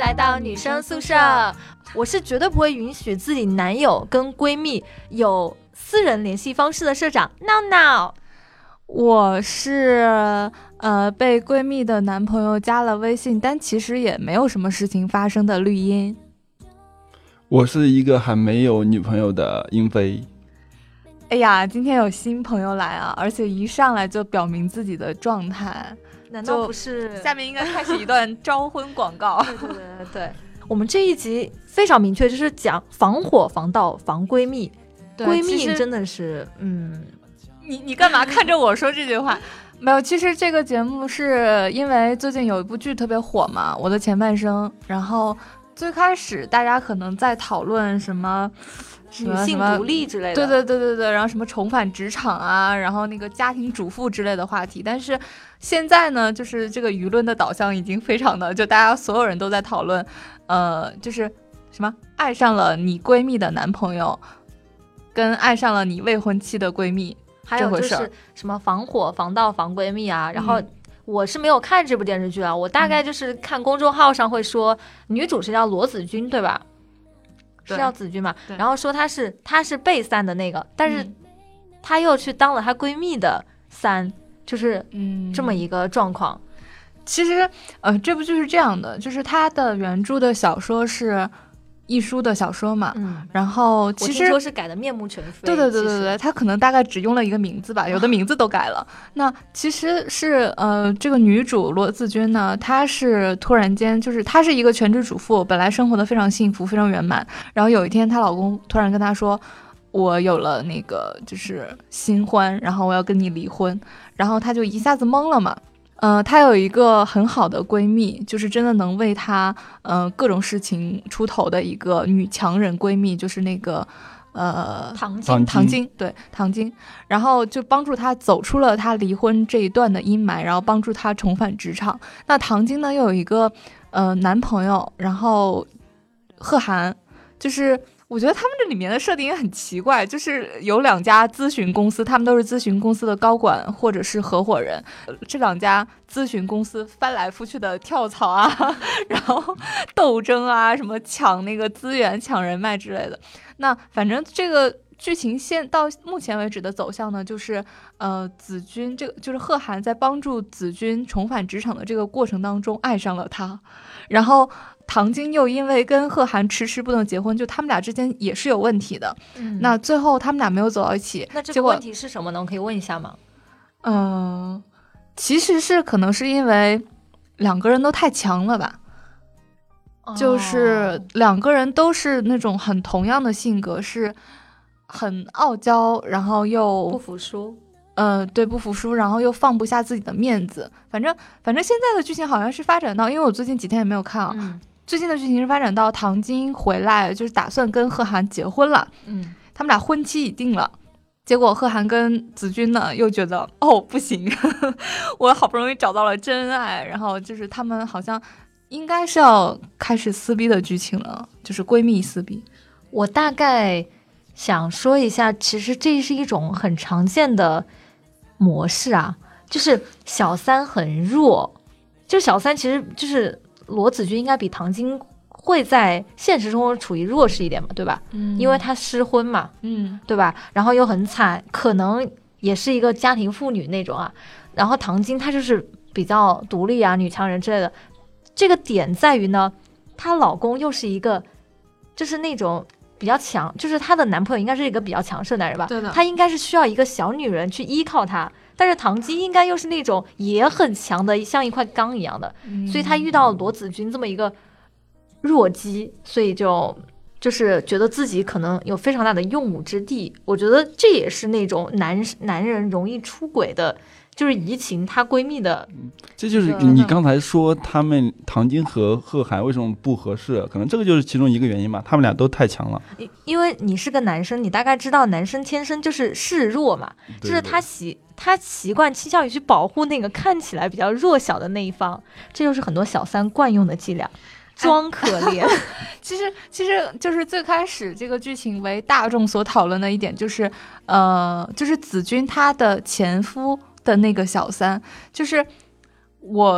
来到女生宿舍。我是绝对不会允许自己男友跟闺蜜有私人联系方式的社长闹闹。 我是被闺蜜的男朋友加了微信，但其实也没有什么事情发生的绿茵。 我是一个还没有女朋友的英菲。 哎呀，今天有新朋友来啊，而且一上来就表明自己的状态， 难道不是？ 下面应该开始一段招婚广告。 对，我们这一集非常明确，就是讲防火、防盗、防闺蜜。闺蜜真的是， 你干嘛看着我说这句话？没有，其实这个节目是因为最近有一部剧特别火嘛，《我的前半生》，然后最开始大家可能在讨论什么女性独立之类的， 对，然后什么重返职场啊，然后那个家庭主妇之类的话题。但是现在呢，就是这个舆论的导向已经非常的，就大家所有人都在讨论，就是什么爱上了你闺蜜的男朋友，跟爱上了你未婚妻的闺蜜， 还有就是什么防火、防盗、防闺蜜啊。然后我是没有看这部电视剧啊，我大概就是看公众号上会说，女主是叫罗子君对吧？是叫子君嘛？然后说她是被三的那个，但是她又去当了她闺蜜的三，就是这么一个状况。 其实这部剧是这样的，就是它的原著的小说是一书的小说嘛，然后其实我听说是改的面目全非。 对，他可能大概只用了一个名字吧，有的名字都改了。那其实是这个女主罗子君呢，她是突然间就是她是一个全职主妇，本来生活的非常幸福，非常圆满。然后有一天她老公突然跟她说，我有了那个就是新欢，然后我要跟你离婚，然后她就一下子懵了嘛。她有一个很好的闺蜜，就是真的能为她各种事情出头的一个女强人闺蜜，就是那个唐晶，对，唐晶，然后就帮助她走出了她离婚这一段的阴霾，然后帮助她重返职场。那唐晶呢又有一个男朋友，然后贺涵，就是我觉得他们这里面的设定也很奇怪，就是有两家咨询公司，他们都是咨询公司的高管或者是合伙人，这两家咨询公司翻来覆去的跳槽啊，然后斗争啊，什么抢那个资源、抢人脉之类的。那反正这个剧情到目前为止的走向呢，就是子君这个就是贺涵在帮助子君重返职场的这个过程当中爱上了他，然后唐晶又因为跟贺涵迟迟不能结婚，就他们俩之间也是有问题的。那最后他们俩没有走到一起。 那这个问题是什么呢？我可以问一下吗？ 其实是可能是因为两个人都太强了吧。就是两个人都是那种很同样的性格，是很傲娇，然后又不服输。 对，不服输，然后又放不下自己的面子。反正现在的剧情好像是发展到，因为我最近几天也没有看啊。最近的剧情是发展到唐晶回来，就是打算跟贺涵结婚了。他们俩婚期已定了。结果贺涵跟子君呢又觉得不行，我好不容易找到了真爱，然后就是他们好像应该是要开始撕逼的剧情了，就是闺蜜撕逼。 我大概想说一下，其实这是一种很常见的模式啊，就是小三很弱，就小三其实就是罗子君应该比唐晶会在现实生活中处于弱势一点嘛，对吧？因为她失婚嘛，对吧？然后又很惨，可能也是一个家庭妇女那种啊。然后唐晶她就是比较独立啊，女强人之类的。这个点在于呢，她老公又是一个就是那种比较强，就是她的男朋友应该是一个比较强势的男人吧？ 对的， 她应该是需要一个小女人去依靠他。但是唐晶应该又是那种也很强的，像一块钢一样的，所以她遇到罗子君这么一个弱鸡，所以就是觉得自己可能有非常大的用武之地。我觉得这也是那种男人容易出轨的，就是移情她闺蜜的。 这就是你刚才说他们唐晶和贺涵为什么不合适，可能这个就是其中一个原因吧，他们俩都太强了。 因为你是个男生，你大概知道男生天生就是示弱嘛，就是他习惯倾向于去保护那个看起来比较弱小的那一方，这就是很多小三惯用的伎俩。装可怜。 其实就是最开始这个剧情为大众所讨论的一点就是就是子君她的前夫的那个小三，就是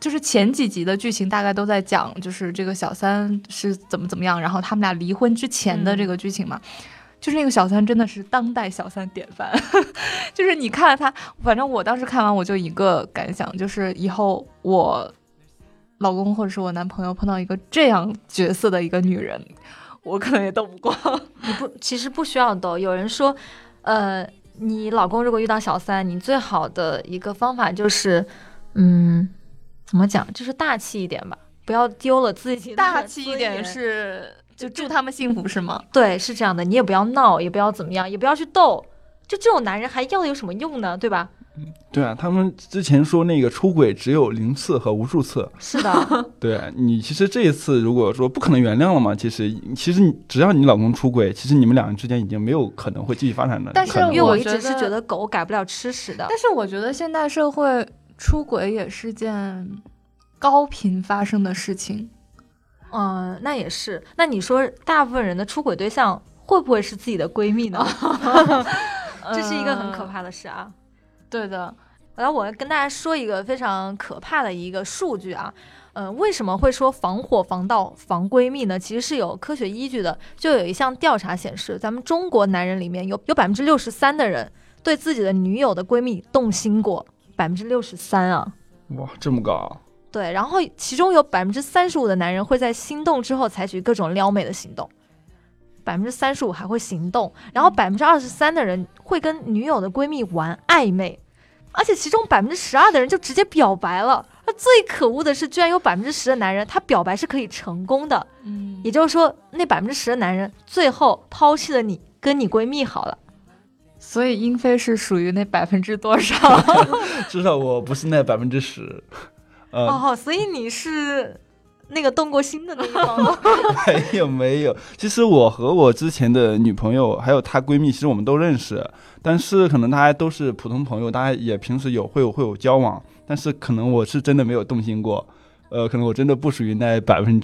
就是前几集的剧情大概都在讲，就是这个小三是怎么样，然后他们俩离婚之前的这个剧情嘛。就是那个小三真的是当代小三典范，就是你看他，反正我当时看完我就一个感想，就是以后我老公或者是我男朋友碰到一个这样角色的一个女人，我可能也斗不过。 其实不需要斗。有人说，你老公如果遇到小三，你最好的一个方法就是，怎么讲，就是大气一点吧，不要丢了自己的大气一点是。就祝他们幸福是吗？ 对，是这样的，你也不要闹，也不要怎么样，也不要去斗，就这种男人还要有什么用呢？对吧？ 对啊，他们之前说那个出轨只有0次和无数次。 是的。 对你其实这一次如果说不可能原谅了嘛，其实你只要你老公出轨，其实你们两人之间已经没有可能会继续发展的。 但是因为我一直是觉得狗改不了吃屎的。 但是我觉得现代社会出轨也是件高频发生的事情。 那也是。那你说大部分人的出轨对象会不会是自己的闺蜜呢？这是一个很可怕的事啊。 对的。 然后我跟大家说一个非常可怕的一个数据啊。为什么会说防火防盗防闺蜜呢？其实是有科学依据的。就有一项调查显示，咱们中国男人里面有63%的人对自己的女友的闺蜜动心过，63%啊！ 哇，这么高。 对，然后其中有35%的男人会在心动之后采取各种撩妹的行动，35%还会行动，然后23%的人会跟女友的闺蜜玩暧昧，而且其中12%的人就直接表白了。那最可恶的是，居然有10%的男人他表白是可以成功的，也就是说那10%的男人最后抛弃了你，跟你闺蜜好了。 所以英菲是属于那多少？ 至少我不是那10%。 所以你是那个动过心的那一方。 没有，其实我和我之前的女朋友还有她闺蜜，其实我们都认识，但是可能大家都是普通朋友，大家也平时会有交往，但是可能我是真的没有动心过，可能我真的不属于那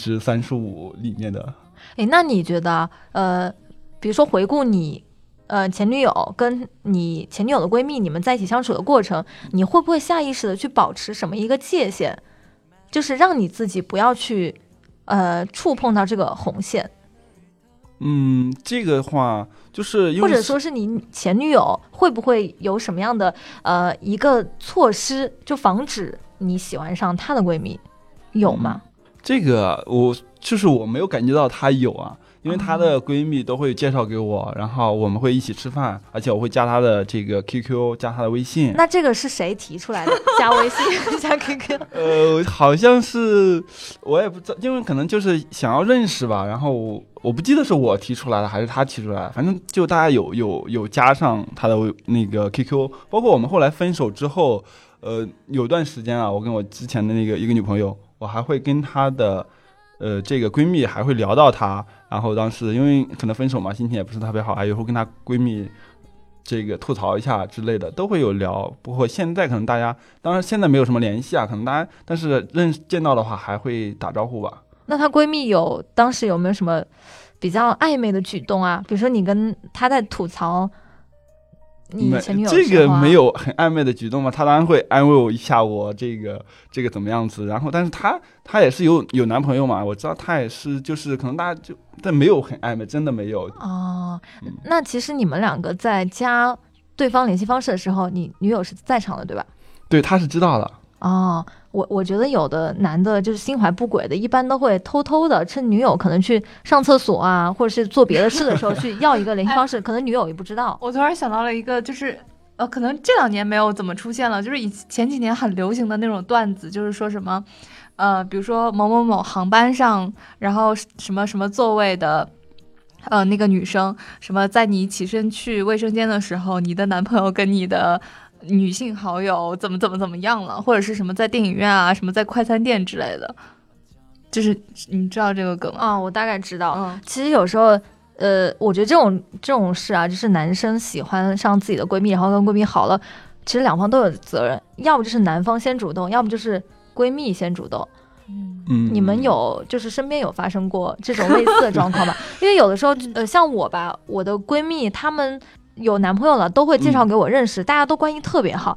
35%里面的。 那你觉得比如说回顾你前女友跟你前女友的闺蜜，你们在一起相处的过程，你会不会下意识的去保持什么一个界限，就是让你自己不要去触碰到这个红线？ 这个话就是因为， 或者说是你前女友会不会有什么样的一个措施，就防止你喜欢上她的闺蜜，有吗？ 这个我没有感觉到她有啊。因为她的闺蜜都会介绍给我，然后我们会一起吃饭，而且我会加她的这个 QQ， 加她的微信。 那这个是谁提出来的？加微信加 QQ？ 好像是我也不知道，因为可能就是想要认识吧。然后我不记得是我提出来的还是她提出来的，反正就大家有加上她的那个 QQ。包括我们后来分手之后，有段时间啊，我跟我之前的那个一个女朋友，我还会跟她的这个闺蜜还会聊到她。然后当时因为可能分手嘛，心情也不是特别好，有时候跟她闺蜜这个吐槽一下之类的都会有聊。不过现在可能大家，当然现在没有什么联系啊，可能大家但是见到的话还会打招呼吧。 那她闺蜜当时有没有什么比较暧昧的举动啊？比如说你跟她在吐槽你前女友， 这个没有很暧昧的举动嘛？她当然会安慰我一下，我这个怎么样子。然后但是她也是有男朋友嘛，我知道她也是，就是可能大家但没有很暧昧，真的没有。 那其实你们两个在加对方联系方式的时候，你女友是在场的对吧？ 对，她是知道的。 我觉得有的男的就是心怀不轨的，一般都会偷偷的趁女友可能去上厕所啊，或者是做别的事的时候去要一个联系方式，可能女友也不知道。 我突然想到了一个，就是可能这2年没有怎么出现了，就是前几年很流行的那种段子，就是说什么比如说某某某航班上，然后什么什么座位的那个女生，什么在你起身去卫生间的时候，你的男朋友跟你的女性好友怎么样了，或者是什么在电影院啊，什么在快餐店之类的，就是你知道这个梗吗？ 我大概知道。其实有时候我觉得这种事啊，就是男生喜欢上自己的闺蜜，然后跟闺蜜好了，其实两方都有责任，要不就是男方先主动，要不就是闺蜜先主动。你们就是身边有发生过这种类似的状况吗？因为有的时候像我吧，我的闺蜜她们有男朋友了，都会介绍给我认识，大家都关系特别好。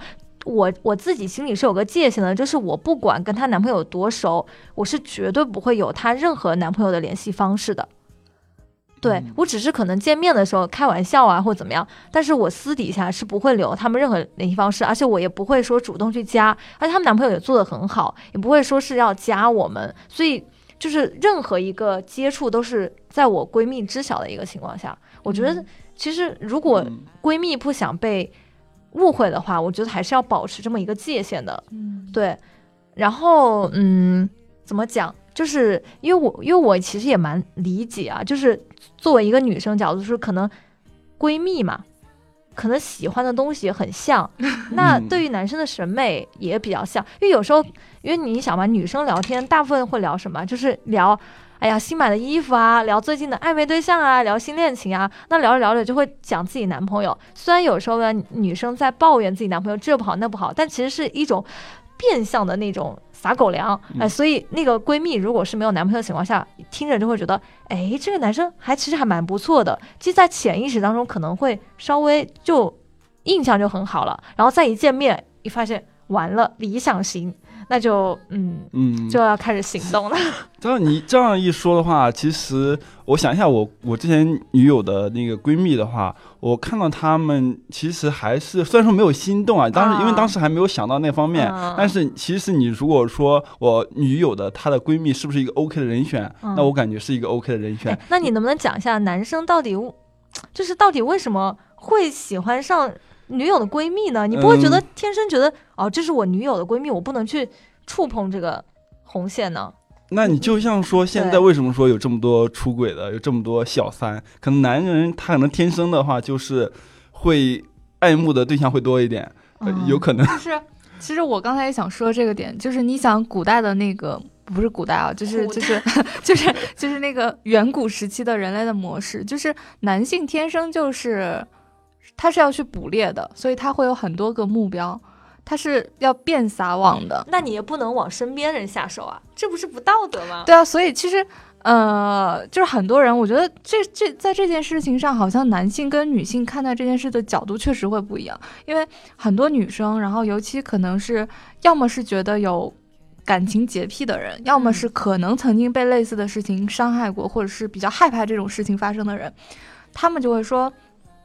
我自己心里是有个界限的，就是我不管跟她男朋友有多熟，我是绝对不会有她任何男朋友的联系方式的。对，我只是可能见面的时候开玩笑啊或怎么样，但是我私底下是不会留他们任何联系方式，而且我也不会说主动去加，而且他们男朋友也做得很好，也不会说是要加我们，所以就是任何一个接触都是在我闺蜜知晓的一个情况下。我觉得其实如果闺蜜不想被误会的话，我觉得还是要保持这么一个界限的。对。然后怎么讲，就是因为我其实也蛮理解啊，就是作为一个女生角度，就是可能闺蜜嘛，可能喜欢的东西也很像，那对于男生的审美也比较像。因为有时候，因为你想嘛，女生聊天大部分会聊什么，就是聊哎呀新买的衣服啊，聊最近的暧昧对象啊，聊新恋情啊，那聊着聊着就会讲自己男朋友。虽然有时候呢女生在抱怨自己男朋友这不好那不好，但其实是一种变相的那种撒狗粮。所以那个闺蜜如果是没有男朋友的情况下，听着就会觉得哎这个男生其实还蛮不错的，其实在潜意识当中可能会稍微就印象就很好了，然后再一见面一发现完了理想型，那就就要开始行动了。 你这样一说的话，其实我想一下，我之前女友的那个闺蜜的话，我看到她们其实还是虽然说没有心动啊，因为当时还没有想到那方面，但是其实你如果说我女友的她的闺蜜是不是一个 OK 的人选，那我感觉是一个 OK 的人选。 那你能不能讲一下男生到底为什么会喜欢上女友的闺蜜呢？你不会觉得天生觉得这是我女友的闺蜜，我不能去触碰这个红线呢？ 那你就像说现在为什么说有这么多出轨的，有这么多小三，可能男人他可能天生的话就是会爱慕的对象会多一点，有可能是。其实我刚才也想说这个点，就是你想古代的那个不是古代啊，就是那个远古时期的人类的模式，就是男性天生就是他是要去捕猎的，所以他会有很多个目标，他是要遍撒网的。 那你也不能往身边人下手啊，这不是不道德吗？ 对啊，所以其实就是很多人，我觉得在这件事情上，好像男性跟女性看待这件事的角度确实会不一样。因为很多女生，然后尤其可能是要么是觉得有感情洁癖的人，要么是可能曾经被类似的事情伤害过，或者是比较害怕这种事情发生的人，他们就会说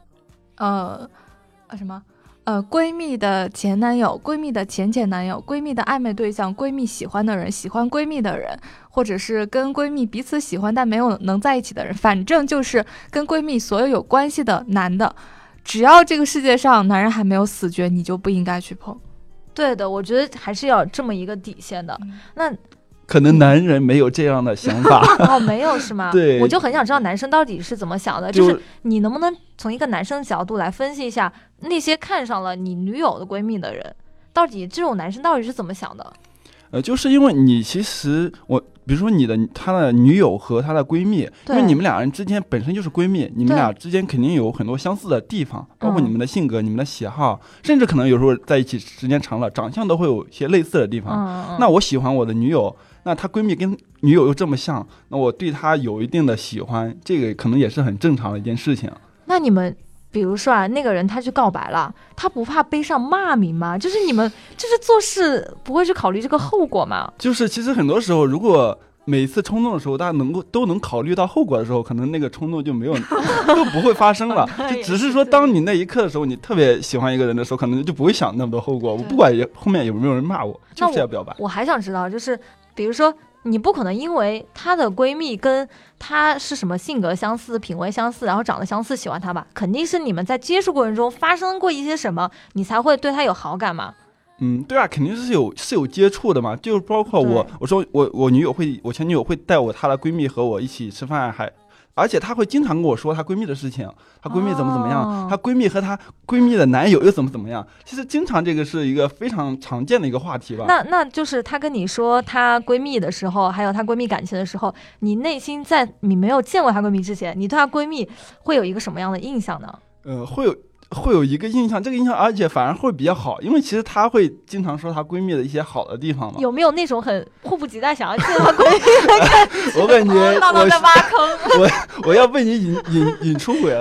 闺蜜的前男友，闺蜜的前男友，闺蜜的暧昧对象，闺蜜喜欢的人，喜欢闺蜜的人，或者是跟闺蜜彼此喜欢但没有能在一起的人，反正就是跟闺蜜所有关系的男的，只要这个世界上男人还没有死绝，你就不应该去碰。 对的，我觉得还是要有这么一个底线的。那可能男人没有这样的想法没有是吗？ 对， 我就很想知道男生到底是怎么想的，就是你能不能从一个男生角度来分析一下那些看上了你女友的闺蜜的人，到底这种男生到底是怎么想的？ 就是因为你其实比如说他的女友和他的闺蜜，因为你们俩人之间本身就是闺蜜，你们俩之间肯定有很多相似的地方，包括你们的性格、你们的喜好，甚至可能有时候在一起时间长了，长相都会有一些类似的地方。那我喜欢我的女友，那她闺蜜跟女友又这么像，那我对她有一定的喜欢，这个可能也是很正常的一件事情。 那你们比如说那个人他去告白了，他不怕背上骂名吗？就是你们就是做事不会去考虑这个后果吗？ 就是其实很多时候，如果每一次冲动的时候，大家都能考虑到后果的时候，可能那个冲动就没有都不会发生了。就只是说，当你那一刻的时候，你特别喜欢一个人的时候，可能就不会想那么多后果。我不管后面有没有人骂我，就是要表白。 我还想知道，就是比如说，你不可能因为她的闺蜜跟她是什么性格相似、品味相似，然后长得相似喜欢她吧？肯定是你们在接触过程中发生过一些什么，你才会对她有好感嘛。 对啊，肯定是有接触的嘛，就包括我说我前女友会带她的闺蜜和我一起吃饭，而且她会经常跟我说她闺蜜的事情，她闺蜜怎么样，她闺蜜和她闺蜜的男友又怎么样。其实经常这个是一个非常常见的一个话题吧。 那就是她跟你说她闺蜜的时候，还有她闺蜜感情的时候，你内心在你没有见过她闺蜜之前，你对她闺蜜会有一个什么样的印象呢？ 会有一个印象，这个印象而且反而会比较好，因为其实她会经常说她闺蜜的一些好的地方嘛。 有没有那种很迫不及待想要见她闺蜜的感觉？ 我感觉闹在挖坑， 我要被你引出轨了。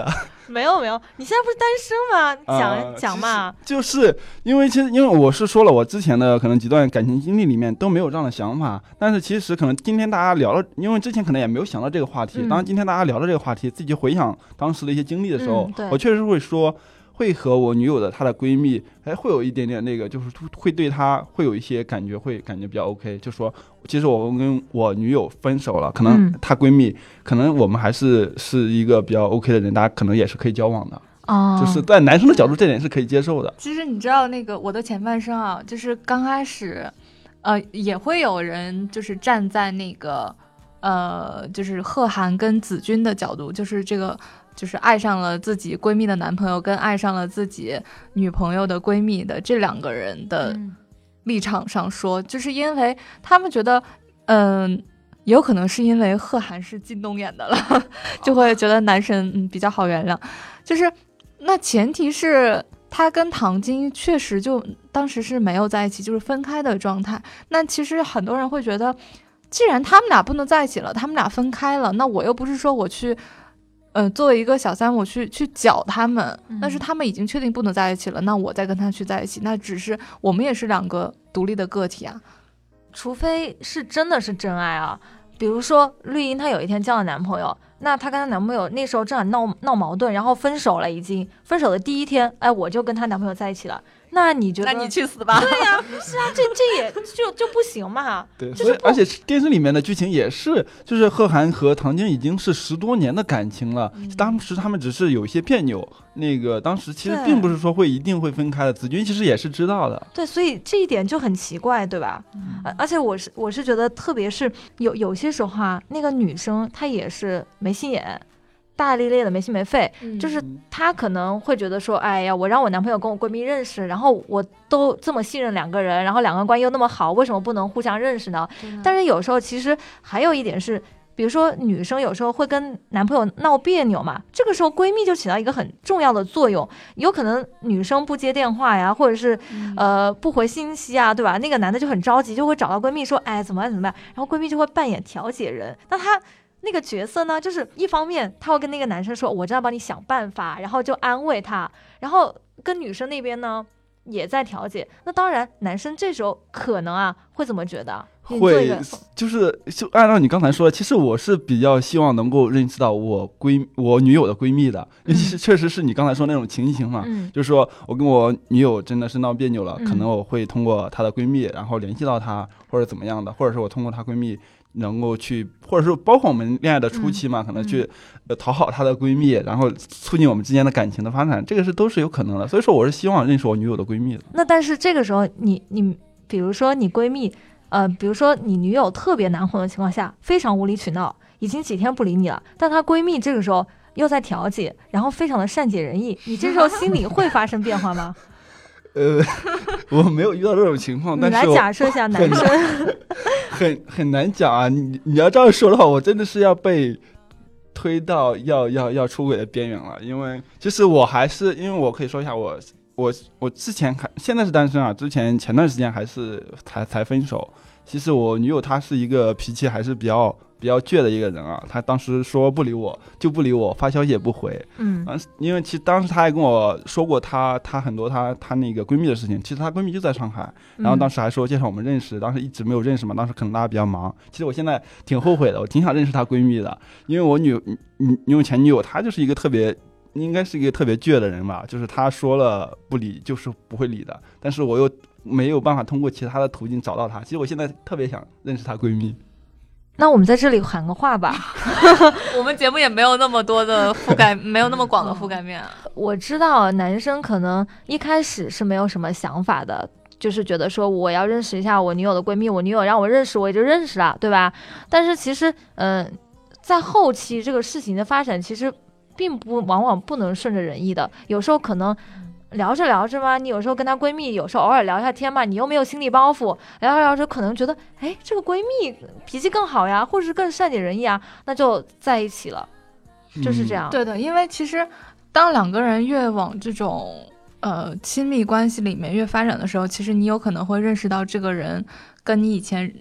没有，你现在不是单身吗？讲嘛。 就是因为我是说了，我之前的可能几段感情经历里面都没有这样的想法，但是其实可能今天大家聊了，因为之前可能也没有想到这个话题，当今天大家聊到这个话题，自己回想当时的一些经历的时候，我确实会说。会和我女友的她的闺蜜，会有一点点那个，就是会对她会有一些感觉，会感觉比较 OK。就说其实我跟我女友分手了，可能她闺蜜，可能我们还是一个比较 OK 的人，大家可能也是可以交往的。就是在男生的角度，这点是可以接受的。 其实你知道那个我的前半生啊，就是刚开始，也会有人就是站在那个就是贺涵跟子君的角度，就是这个。就是爱上了自己闺蜜的男朋友跟爱上了自己女朋友的闺蜜的这两个人的立场上说，就是因为他们觉得有可能是因为贺涵是靳东演的了，就会觉得男神比较好原谅。就是那前提是他跟唐晶确实就当时是没有在一起，就是分开的状态。那其实很多人会觉得，既然他们俩不能在一起了，他们俩分开了，那我又不是说我去作为一个小三我去搅他们，但是他们已经确定不能在一起了，那我再跟他去在一起，那只是我们也是两个独立的个体啊。 除非是真的是真爱啊，比如说绿茵她有一天交了男朋友，那她跟她男朋友那时候正好闹矛盾，然后分手了，已经分手的第一天，我就跟她男朋友在一起了。那你觉得？ 那你去死吧！ 对呀，是啊，这也就不行嘛。 对，所以而且电视里面的剧情也是，就是贺涵和唐晶已经是10多年的感情了，当时他们只是有一些别扭，那个当时其实并不是说一定会分开的，子君其实也是知道的。 对，所以这一点就很奇怪，对吧？而且我是觉得，特别是有些时候啊，那个女生她也是没心眼。大大咧咧的没心没肺，就是她可能会觉得说，哎呀，我让我男朋友跟我闺蜜认识，然后我都这么信任两个人，然后两个人关系又那么好，为什么不能互相认识呢？但是有时候其实还有一点是，比如说女生有时候会跟男朋友闹别扭嘛，这个时候闺蜜就起到一个很重要的作用，有可能女生不接电话呀，或者是不回信息啊，对吧？那个男的就很着急，就会找到闺蜜说，哎，怎么办，然后闺蜜就会扮演调解人，那她那个角色呢，就是一方面他会跟那个男生说，我正在帮你想办法，然后就安慰他，然后跟女生那边呢也在调解。那当然男生这时候可能会怎么觉得？ 会就按照你刚才说的，其实我是比较希望能够认识到我女友的闺蜜的，因为确实是你刚才说那种情形嘛，就是说我跟我女友真的是闹别扭了，可能我会通过她的闺蜜然后联系到她，或者怎么样的，或者是我通过她闺蜜能够去，或者是包括我们恋爱的初期嘛，可能去讨好她的闺蜜，然后促进我们之间的感情的发展，这个都是有可能的。所以说我是希望认识我女友的闺蜜的。 那但是这个时候你比如说你闺蜜比如说你女友特别难哄的情况下，非常无理取闹，已经几天不理你了，但她闺蜜这个时候又在调解，然后非常的善解人意，你这时候心里会发生变化吗？ 我没有遇到这种情况，但是你来假设一下男生很难讲啊。你要这样说的话，我真的是要被推到要出轨的边缘了。因为其实我还是，因为我可以说一下我之前现在是单身啊，前段时间还是才分手。其实我女友她是一个脾气还是比较倔的一个人啊，她当时说不理我就不理我，发消息也不回。因为其实当时她还跟我说过她很多她那个闺蜜的事情，其实她闺蜜就在上海，然后当时还说介绍我们认识，当时一直没有认识嘛，当时可能大家比较忙。其实我现在挺后悔的，我挺想认识她闺蜜的，因为我前女友她就是一个应该是一个特别倔的人吧，就是她说了不理就是不会理的，但是我又没有办法通过其他的途径找到她。其实我现在特别想认识她闺蜜。 那我们在这里喊个话吧我们节目也没有那么多的覆盖没有那么广的覆盖面我知道男生可能一开始是没有什么想法的，就是觉得说我要认识一下我女友的闺蜜，我女友让我认识我也就认识了，对吧？但是其实在后期这个事情的发展其实并不往往不能顺着人意的，有时候可能聊着聊着嘛，你有时候跟她闺蜜有时候偶尔聊一下天嘛，你又没有心理包袱，聊着聊着可能觉得哎，这个闺蜜脾气更好呀，或者是更善解人意啊，那就在一起了，就是这样。 对的，因为其实当两个人越往这种亲密关系里面越发展的时候，其实你有可能会认识到这个人跟你以前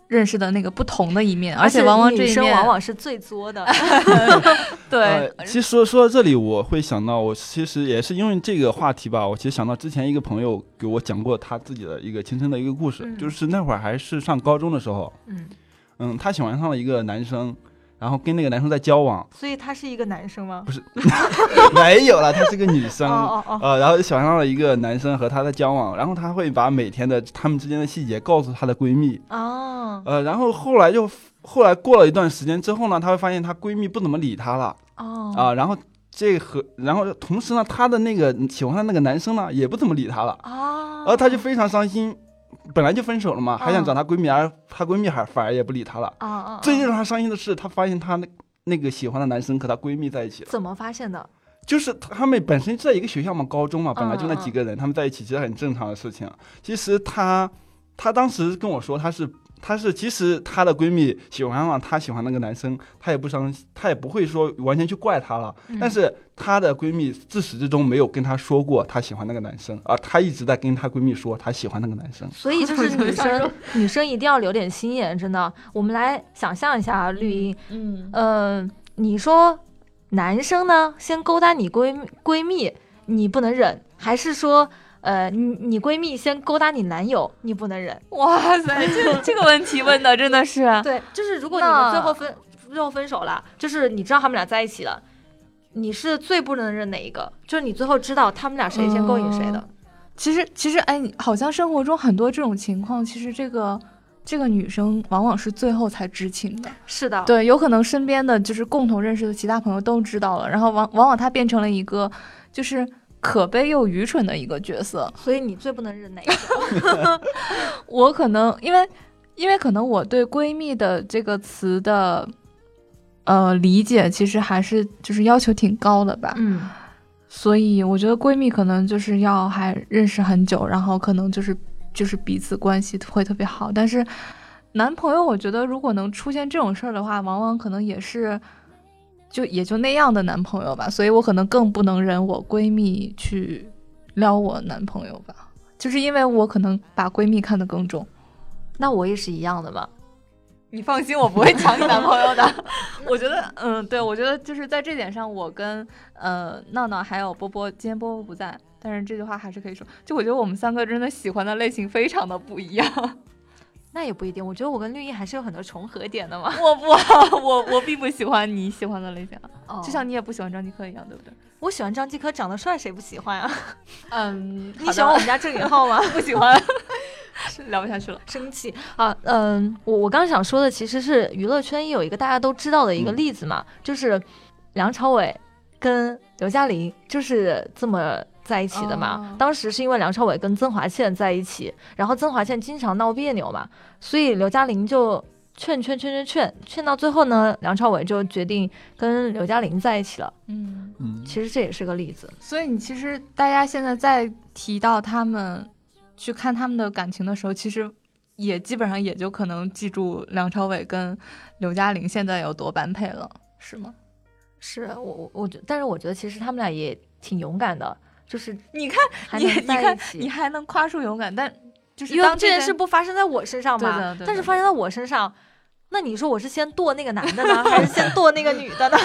认识的那个不同的一面，而且往往这一面女生往往是最作的。 对， 其实说到这里，我会想到，我其实也是因为这个话题吧，我其实想到之前一个朋友给我讲过他自己的一个亲身的一个故事，就是那会儿还是上高中的时候，他喜欢上了一个男生，然后跟那个男生在交往。 所以他是一个男生吗？ 不是，没有了，她是个女生。然后喜欢上了一个男生和她在交往，然后她会把每天的他们之间的细节告诉她的闺蜜。然后后来过了一段时间之后呢，她会发现她闺蜜不怎么理她了。然后同时呢，她的那个喜欢的那个男生呢，也不怎么理她了。然后她就非常伤心。本来就分手了嘛，还想找她闺蜜，而她闺蜜反而也不理她了。最让她伤心的是，她发现她那个喜欢的男生和她闺蜜在一起了。 怎么发现的？ 就是他们本身在一个学校嘛，高中嘛，本来就那几个人，他们在一起其实很正常的事情。其实她当时跟我说，其实她的闺蜜喜欢上了她喜欢那个男生，她也不会说完全去怪他了。但是她的闺蜜自始至终没有跟她说过她喜欢那个男生，而她一直在跟她闺蜜说她喜欢那个男生。 所以就是女生一定要留点心眼，真的。我们来想象一下绿茵，你说男生呢先勾搭你闺蜜，你不能忍，还是说你闺蜜先勾搭你男友，你不能忍？ 哇塞，这个问题问的真的是对，就是如果你们最后分手了，就是你知道他们俩在一起了，你是最不能忍哪一个？就是你最后知道他们俩谁先勾引谁的。 其实哎，好像生活中很多这种情况，其实这个女生往往是最后才知情的。 是的， 对，有可能身边的就是共同认识的其他朋友都知道了，然后往往她变成了一个就是可悲又愚蠢的一个角色。 所以你最不能忍哪一个？ 我可能因为可能我对闺蜜的这个词的理解其实还是就是要求挺高的吧。所以我觉得闺蜜可能就是要还认识很久，然后可能就是彼此关系会特别好。但是男朋友我觉得如果能出现这种事儿的话，往往可能也是也就那样的男朋友吧。所以我可能更不能忍我闺蜜去撩我男朋友吧，就是因为我可能把闺蜜看得更重。 那我也是一样的嘛。 你放心，我不会抢你男朋友的。我觉得，对，我觉得就是在这点上，我跟闹闹还有波波，今天波波不在，但是这句话还是可以说，就我觉得我们三个真的喜欢的类型非常的不一样。 那也不一定，我觉得我跟绿茵还是有很多重合点的嘛。 我并不喜欢你喜欢的类型，就像你也不喜欢张继科一样，对不对？ 我喜欢张继科，长得帅谁不喜欢啊？ 你喜欢我们家郑允浩吗？ 不喜欢。聊不下去了， 生气啊！我刚想说的其实是娱乐圈有一个大家都知道的一个例子嘛，就是梁朝伟跟刘嘉玲就是这么在一起的嘛。当时是因为梁朝伟跟曾华倩在一起，然后曾华倩经常闹别扭嘛，所以刘嘉玲就劝到最后呢，梁朝伟就决定跟刘嘉玲在一起了。其实这也是个例子。 所以你其实大家现在在提到他们去看他们的感情的时候，其实也基本上也就可能记住梁朝伟跟刘嘉玲现在有多般配了，是吗？ 是但是我觉得其实他们俩也挺勇敢的，就是你看你还能夸出勇敢，但就是因为这件事不发生在我身上嘛， 对， 但是发生在我身上，那你说我是先剁那个男的呢，还是先剁那个女的呢？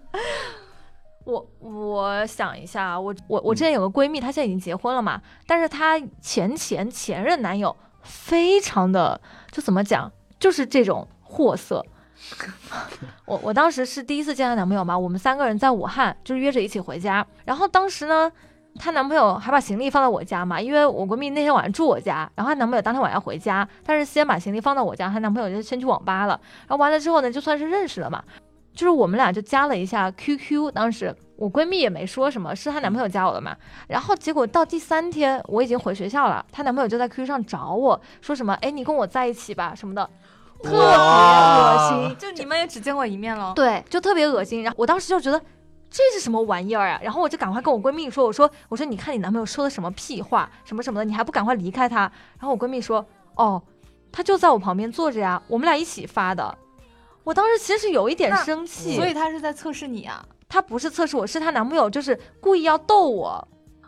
我想一下，我之前有个闺蜜，她现在已经结婚了嘛，但是她前任男友非常的，就怎么讲，就是这种货色。我当时是第一次见她男朋友嘛，我们3个人在武汉，就是约着一起回家，然后当时呢，她男朋友还把行李放在我家嘛，因为我闺蜜那天晚上住我家，然后她男朋友当天晚上要回家，但是先把行李放到我家，她男朋友就先去网吧了，然后完了之后呢，就算是认识了嘛。就是我们俩就加了一下 QQ， 当时我闺蜜也没说什么，是她男朋友加我的嘛。然后结果到第3天我已经回学校了，她男朋友就在 QQ 上找我说什么，哎，你跟我在一起吧什么的，特别恶心。 就你们也只见过一面了？ 对，就特别恶心。然后我当时就觉得这是什么玩意儿啊？然后我就赶快跟我闺蜜说，我说你看你男朋友说的什么屁话什么什么的，你还不赶快离开他？然后我闺蜜说，哦，他就在我旁边坐着呀，我们俩一起发的。我当时其实有一点生气， 所以他是在测试你啊？ 他不是测试我，是她男朋友就是故意要逗我。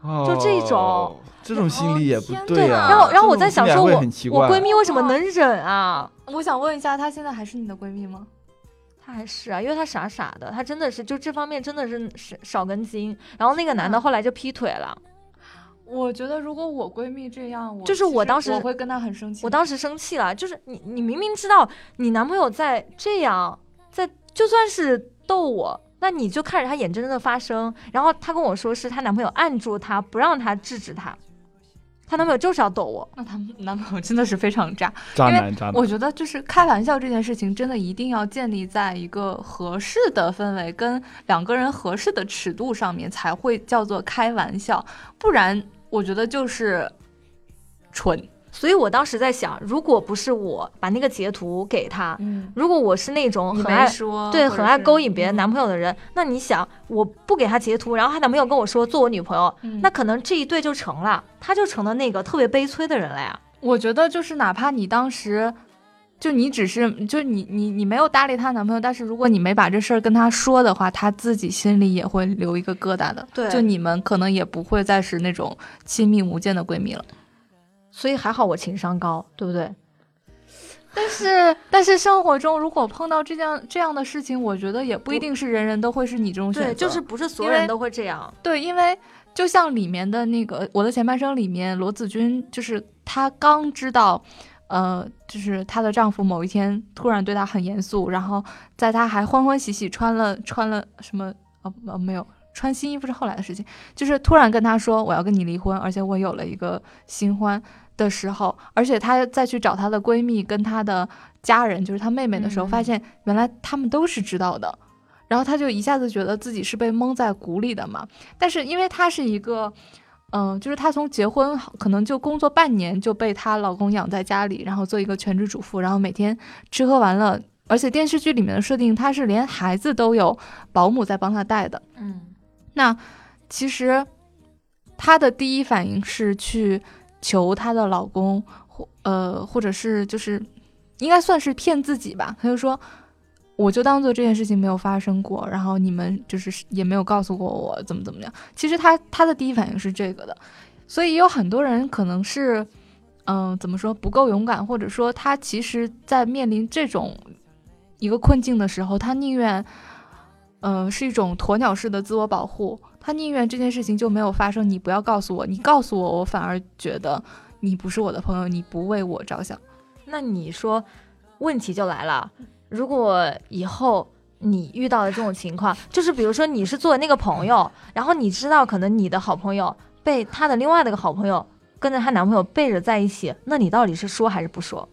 就这种心理也不对啊。 然后我在想说我闺蜜为什么能忍啊？ 我想问一下，她现在还是你的闺蜜吗？ 她还是啊，因为她傻傻的，她真的是就这方面真的是少根筋。然后那个男的后来就劈腿了。 我觉得如果我闺蜜这样， 就是我当时我会跟她很生气。 我当时生气了，就是你明明知道你男朋友在这样，就算是逗我，那你就看着他眼睁睁的发生。然后她跟我说是她男朋友按住她，不让她制止她。她男朋友就是要逗我。 那她男朋友真的是非常渣男。 我觉得就是开玩笑这件事情，真的一定要建立在一个合适的氛围跟两个人合适的尺度上面，才会叫做开玩笑。不然我觉得就是蠢。 所以我当时在想，如果不是我把那个截图给他，如果我是那种很爱很爱勾引别人男朋友的人，那你想我不给他截图，然后他男朋友跟我说做我女朋友，那可能这一对就成了，他就成了那个特别悲催的人了呀。 我觉得就是哪怕你当时就你只是就你没有搭理她男朋友，但是如果你没把这事儿跟他说的话，他自己心里也会留一个疙瘩的。 对， 就你们可能也不会再是那种亲密无间的闺蜜了。 所以还好我情商高，对不对？ 但是生活中如果碰到这样的事情，我觉得也不一定是人人都会是你这种选择。 对，就是不是所有人都会这样。 对，因为就像里面的那个《我的前半生》里面，罗子君就是她刚知道，就是她的丈夫某一天突然对她很严肃，然后在她还欢欢喜喜穿了什么没有。穿新衣服是后来的事情，就是突然跟她说我要跟你离婚，而且我有了一个新欢的时候，而且她再去找她的闺蜜跟她的家人，就是她妹妹的时候，发现原来他们都是知道的，然后她就一下子觉得自己是被蒙在鼓里的嘛。但是因为她是一个就是她从结婚可能就工作半年就被她老公养在家里，然后做一个全职主妇，然后每天吃喝玩乐，而且电视剧里面的设定她是连孩子都有保姆在帮她带的。那其实她的第一反应是去求她的老公，或者是就是应该算是骗自己吧。她就说，我就当做这件事情没有发生过，然后你们就是也没有告诉过我怎么样。其实她的第一反应是这个的，所以有很多人可能是，怎么说不够勇敢，或者说他其实在面临这种一个困境的时候，他宁愿。是一种鸵鸟式的自我保护，他宁愿这件事情就没有发生，你不要告诉我，你告诉我，我反而觉得你不是我的朋友，你不为我着想。 那你说，问题就来了，如果以后你遇到的这种情况，就是比如说你是作为那个朋友，然后你知道可能你的好朋友被他的另外的一个好朋友跟着她男朋友背着在一起，那你到底是说还是不说？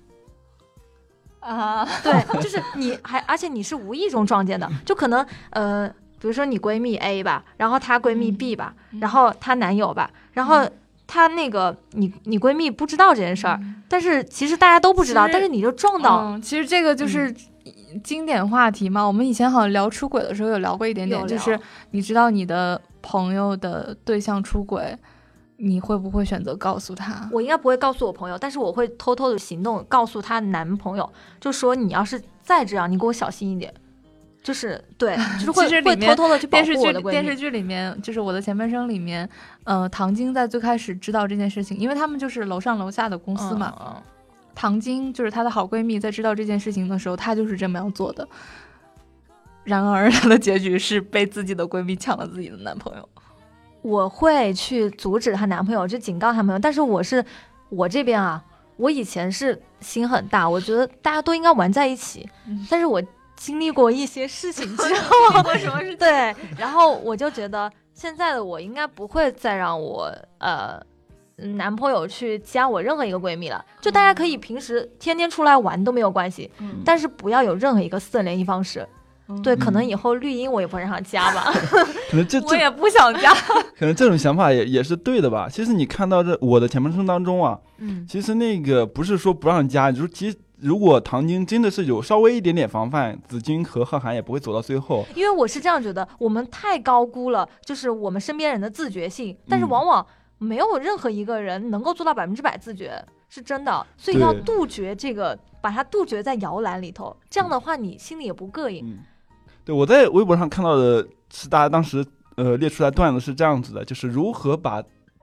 对，就是而且你是无意中撞见的，就可能比如说你闺蜜 A 吧，然后她闺蜜 B 吧，然后她男友吧，然后她那个你闺蜜不知道这件事儿，但是其实大家都不知道，但是你就撞到， 其实这个就是经典话题嘛。我们以前好像聊出轨的时候有聊过一点点，就是你知道你的朋友的对象出轨，你会不会选择告诉他？ 我应该不会告诉我朋友，但是我会偷偷的行动告诉她男朋友，就说你要是再这样，你给我小心一点。就是对，就是会偷偷的去保护我的闺蜜。 电视剧里面，就是《我的前半生》里面，唐晶在最开始知道这件事情，因为他们就是楼上楼下的公司嘛。唐晶就是她的好闺蜜，在知道这件事情的时候，她就是这么样做的。然而，她的结局是被自己的闺蜜抢了自己的男朋友。 我会去阻止她男朋友，就警告她男朋友。但是我这边啊，我以前是心很大，我觉得大家都应该玩在一起。但是我经历过一些事情之后， 为什么是对，然后我就觉得现在的我应该不会再让我男朋友去加我任何一个闺蜜了。就大家可以平时天天出来玩都没有关系，但是不要有任何一个私人联系方式。对，可能以后绿茵我也不会让他加吧。 可能我也不想加。 可能这种想法也是对的吧。其实你看到我的前半生当中啊，其实那个不是说不让加，就是其实如果唐晶真的是有稍微一点点防范，子君和贺涵也不会走到最后。 因为我是这样觉得，我们太高估了就是我们身边人的自觉性，但是往往没有任何一个人能够做到100%自觉，是真的。所以要杜绝这个，把它杜绝在摇篮里头，这样的话你心里也不膈应。 对，我在微博上看到的是大家当时列出来段子是这样子的，就是如何把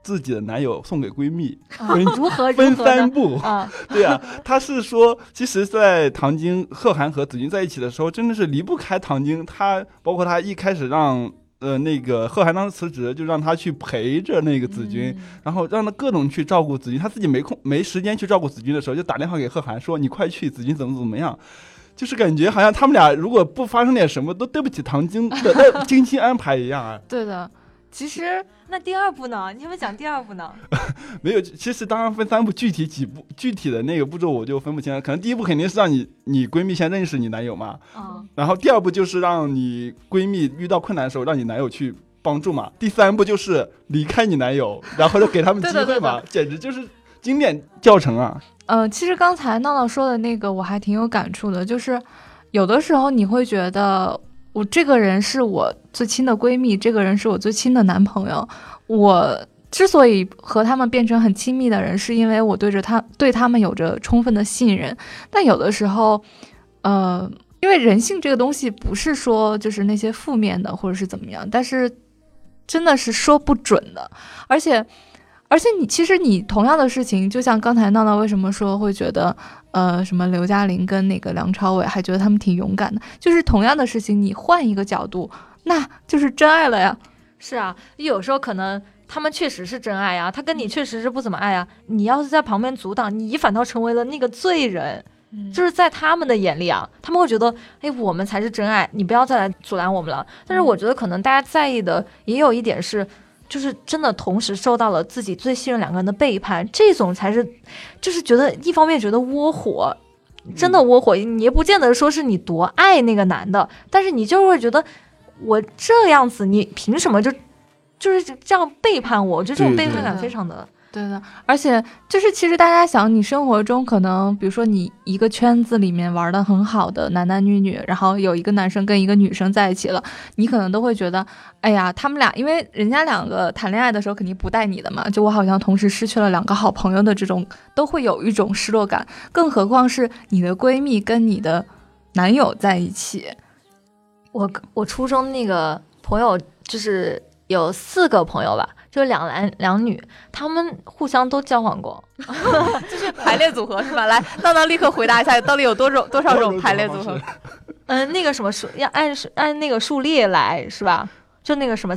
自己的男友送给闺蜜， 如何分呢三步啊？ 对啊，他是说，其实，在唐晶、贺涵和子君在一起的时候，真的是离不开唐晶。他包括他一开始让那个贺涵当时辞职，就让他去陪着那个子君，然后让他各种去照顾子君。他自己没时间去照顾子君的时候，就打电话给贺涵说：“你快去，子君怎么样。”就是感觉好像他们俩如果不发生点什么，都对不起唐晶的精心安排一样啊。 对的，其实那第二步呢？你有没有讲第二步呢？ 没有，其实当然分三步，具体的那个步骤我就分不清了。可能第一步肯定是让你闺蜜先认识你男友嘛，然后第二步就是让你闺蜜遇到困难的时候让你男友去帮助嘛，第三步就是离开你男友，然后就给他们机会嘛，简直就是经典教程啊。 其实刚才闹闹说的那个我还挺有感触的，就是有的时候你会觉得我这个人是我最亲的闺蜜，这个人是我最亲的男朋友，我之所以和他们变成很亲密的人，是因为我对他们有着充分的信任。但有的时候因为人性这个东西不是说就是那些负面的或者是怎么样，但是真的是说不准的。而且其实你同样的事情，就像刚才闹闹为什么说会觉得什么刘嘉玲跟那个梁朝伟还觉得他们挺勇敢的，就是同样的事情你换一个角度，那就是真爱了呀。 是啊，有时候可能他们确实是真爱啊，他跟你确实是不怎么爱啊，你要是在旁边阻挡，你反倒成为了那个罪人。就是在他们的眼里啊，他们会觉得我们才是真爱，你不要再来阻拦我们了。但是我觉得可能大家在意的也有一点是，就是真的同时受到了自己最信任两个人的背叛，这种才是就是觉得一方面觉得窝火，真的窝火，你也不见得说是你多爱那个男的，但是你就会觉得我这样子你凭什么就是这样背叛我，我觉得这种背叛感非常的对的。而且就是其实大家想，你生活中可能比如说你一个圈子里面玩的很好的男男女女，然后有一个男生跟一个女生在一起了，你可能都会觉得哎呀他们俩，因为人家两个谈恋爱的时候肯定不带你的嘛，就我好像同时失去了两个好朋友的这种，都会有一种失落感，更何况是你的闺蜜跟你的男友在一起。 我初中那个朋友就是有4个朋友吧，就2男2女，他们互相都交往过， 就是排列组合是吧？来，闹闹立刻回答一下，到底有多少种排列组合？ 那个什么数要按那个数列来是吧？就那个什么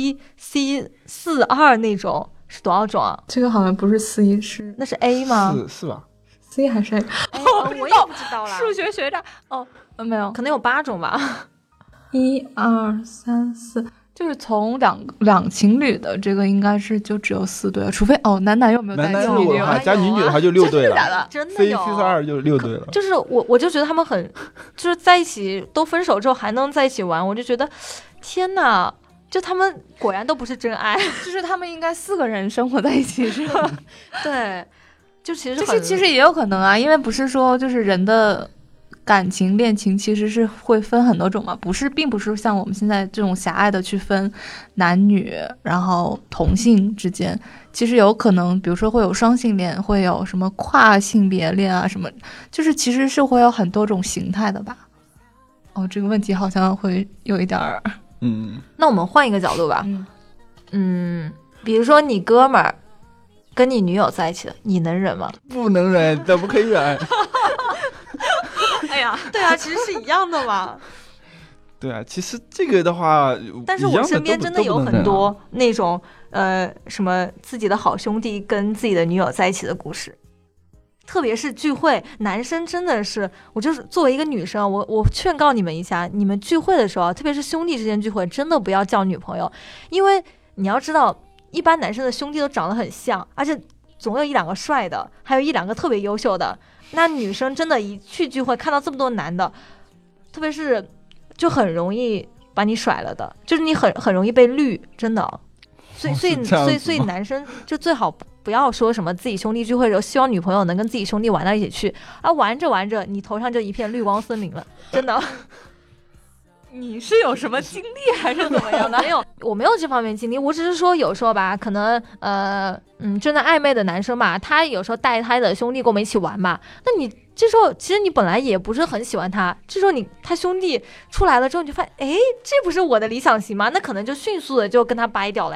C42那种是多少种啊？ 这个好像不是 C， 是那是 A 吗？ 是吧 ？C 还是 A？ 我也不知道啦。 数学学渣没有， 可能有8种吧。 1、2、3、4。就是从两情侣的这个应该是就只有4对了，除非男男有没有在一起？ 男男如果加女女的话就6对了， 真的有 C42就6对了。 就是我就觉得他们很就是在一起都分手之后还能在一起玩，我就觉得天哪，就他们果然都不是真爱， 就是他们应该4个人生活在一起是吧？ 对，就其实也有可能啊，因为不是说就是人的感情恋情其实是会分很多种嘛，并不是像我们现在这种狭隘的去分男女，然后同性之间，其实有可能比如说会有双性恋，会有什么跨性别恋啊什么，就是其实是会有很多种形态的吧。这个问题好像会有一点儿那我们换一个角度吧。比如说你哥们儿跟你女友在一起了，你能忍吗？ 不能忍，怎么可以忍？ 哎呀，对啊，其实是一样的嘛。 对啊，其实这个的话， 但是我身边真的有很多那种什么自己的好兄弟跟自己的女友在一起的故事，特别是聚会，男生真的是，我就是作为一个女生，我劝告你们一下，你们聚会的时候，特别是兄弟之间聚会，真的不要叫女朋友，因为你要知道，一般男生的兄弟都长得很像，而且总有1、2个帅的，还有1、2个特别优秀的。那女生真的一去聚会看到这么多男的，特别是就很容易把你甩了的，就是你很容易被绿，真的。所以男生就最好不要说什么自己兄弟聚会的时候希望女朋友能跟自己兄弟玩到一起去啊，玩着玩着你头上就一片绿光森林了，真的。 你是有什么经历还是怎么样的？ 没有，我没有这方面经历，我只是说有时候吧，可能正在暧昧的男生吧，他有时候带他的兄弟跟我们一起玩嘛，那你这时候其实你本来也不是很喜欢他，这时候他兄弟出来了之后，你就发现，哎，这不是我的理想型吗？那可能就迅速的就跟他掰掉了呀。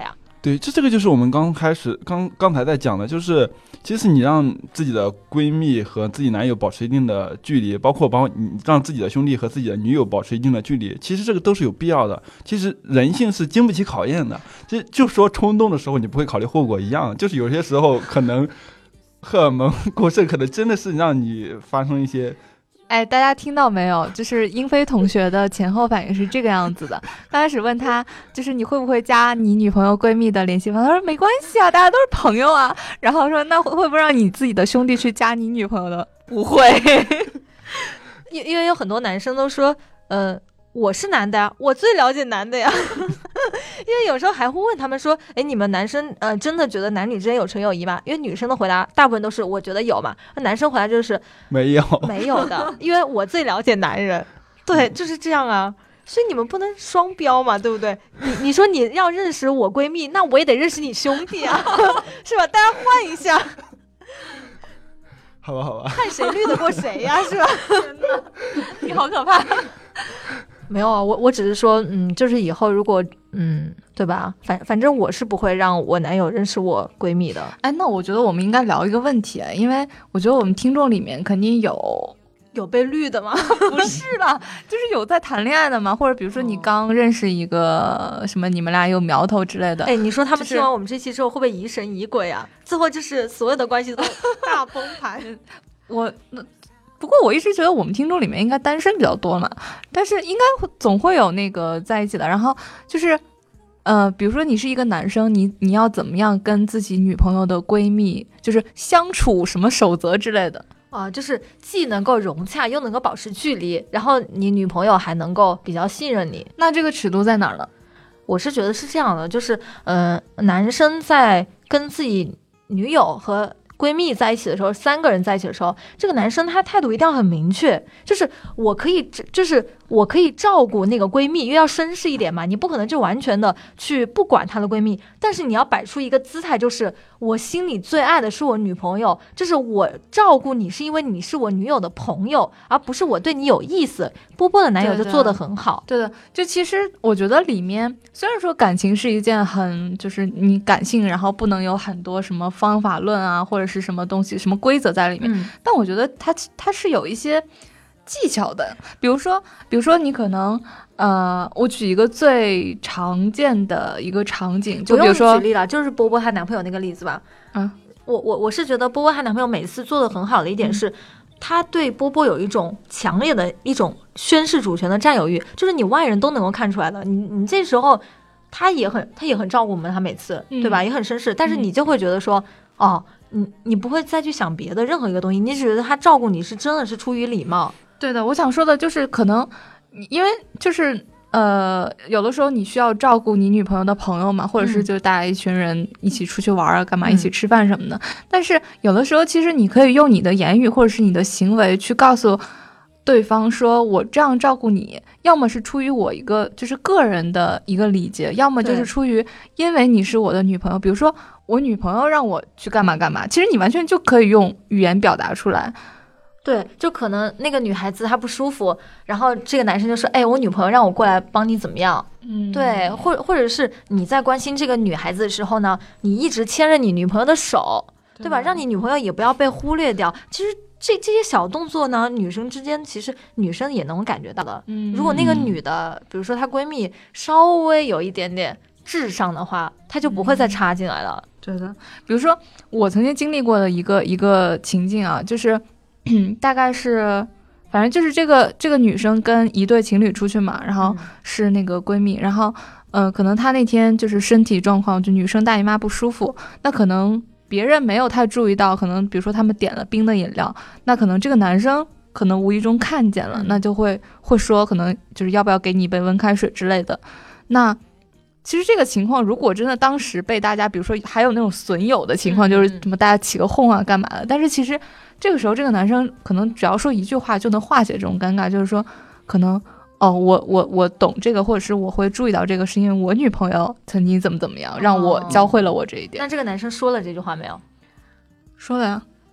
对，这个就是我们刚才在讲的，就是其实你让自己的闺蜜和自己男友保持一定的距离，包括你让自己的兄弟和自己的女友保持一定的距离，其实这个都是有必要的。其实人性是经不起考验的，就说冲动的时候你不会考虑后果一样，就是有些时候可能荷尔蒙过剩，可能真的是让你发生一些。 哎，大家听到没有？就是英菲同学的前后反应是这个样子的。刚开始问他，就是你会不会加你女朋友闺蜜的联系方式？他说没关系啊，大家都是朋友啊。然后说那会不会让你自己的兄弟去加你女朋友的？不会， 因为有很多男生都说，我是男的呀，我最了解男的呀。因为有时候还会问他们说，哎，你们男生真的觉得男女之间有纯友谊吗？因为女生的回答大部分都是我觉得有嘛，男生回答就是没有的，因为我最了解男人。对，就是这样啊。所以你们不能双标嘛，对不对？你说你要认识我闺蜜，那我也得认识你兄弟啊，是吧？大家换一下。 好吧， 看谁绿得过谁呀，是吧？ 真的，你好可怕。 没有啊，我只是说，就是以后如果，对吧？反正我是不会让我男友认识我闺蜜的。 哎，那我觉得我们应该聊一个问题，因为我觉得我们听众里面肯定有被绿的吗？ 不是啦，就是有在谈恋爱的嘛，或者比如说你刚认识一个什么，你们俩有苗头之类的。 哎，你说他们听完我们这期之后会不会疑神疑鬼啊？最后就是所有的关系都大崩盘。 不过我一直觉得我们听众里面应该单身比较多嘛，但是应该总会有那个在一起的。然后就是比如说你是一个男生，你要怎么样跟自己女朋友的闺蜜就是相处，什么守则之类的啊？就是既能够融洽又能够保持距离，然后你女朋友还能够比较信任你。 那这个尺度在哪儿呢？ 我是觉得是这样的，就是男生在跟自己女友和闺蜜在一起的时候，3个人在一起的时候，这个男生他态度一定要很明确，就是我可以照顾那个闺蜜，因为要绅士一点嘛，你不可能就完全的去不管她的闺蜜，但是你要摆出一个姿态，就是我心里最爱的是我女朋友，就是我照顾你是因为你是我女友的朋友，而不是我对你有意思。波波的男友就做得很好。 对的，就其实我觉得里面虽然说感情是一件很就是你感性，然后不能有很多什么方法论啊，或者是什么东西什么规则在里面，但我觉得它是有一些技巧的。比如说你可能我举一个最常见的一个场景，就比如说不用举例了，就是波波她男朋友那个例子吧。我是觉得波波她男朋友每次做的很好的一点是，他对波波有一种强烈的一种宣示主权的占有欲，就是你外人都能够看出来的。你这时候他也很照顾我们，他每次对吧，也很绅士，但是你就会觉得说，你不会再去想别的任何一个东西，你只觉得他照顾你是真的是出于礼貌。 对的，我想说的就是可能因为就是有的时候你需要照顾你女朋友的朋友嘛，或者是就大家一群人一起出去玩啊，干嘛一起吃饭什么的。但是有的时候其实你可以用你的言语或者是你的行为去告诉对方说，我这样照顾你，要么是出于我一个就是个人的一个礼节，要么就是出于因为你是我的女朋友。比如说我女朋友让我去干嘛干嘛，其实你完全就可以用语言表达出来。 对，就可能那个女孩子她不舒服，然后这个男生就说，哎，我女朋友让我过来帮你怎么样。对，或者是你在关心这个女孩子的时候呢，你一直牵着你女朋友的手，对吧？让你女朋友也不要被忽略掉。其实这些小动作呢，女生之间其实女生也能感觉到的。如果那个女的，比如说她闺蜜稍微有一点点智商的话，她就不会再插进来了。 对的，比如说我曾经经历过的一个情境啊，就是大概是反正就是这个女生跟一对情侣出去嘛，然后是那个闺蜜，然后可能她那天就是身体状况，就女生大姨妈不舒服，那可能别人没有太注意到，可能比如说他们点了冰的饮料，那可能这个男生可能无意中看见了，那就会说可能就是要不要给你一杯温开水之类的。那其实这个情况如果真的当时被大家比如说还有那种损友的情况，就是什么大家起个哄啊干嘛的，但是其实这个时候这个男生可能只要说一句话就能化解这种尴尬，就是说可能我懂这个，或者是我会注意到这个是因为我女朋友曾经怎么样让我教会了我这一点。 那这个男生说了这句话没有？ 说了呀。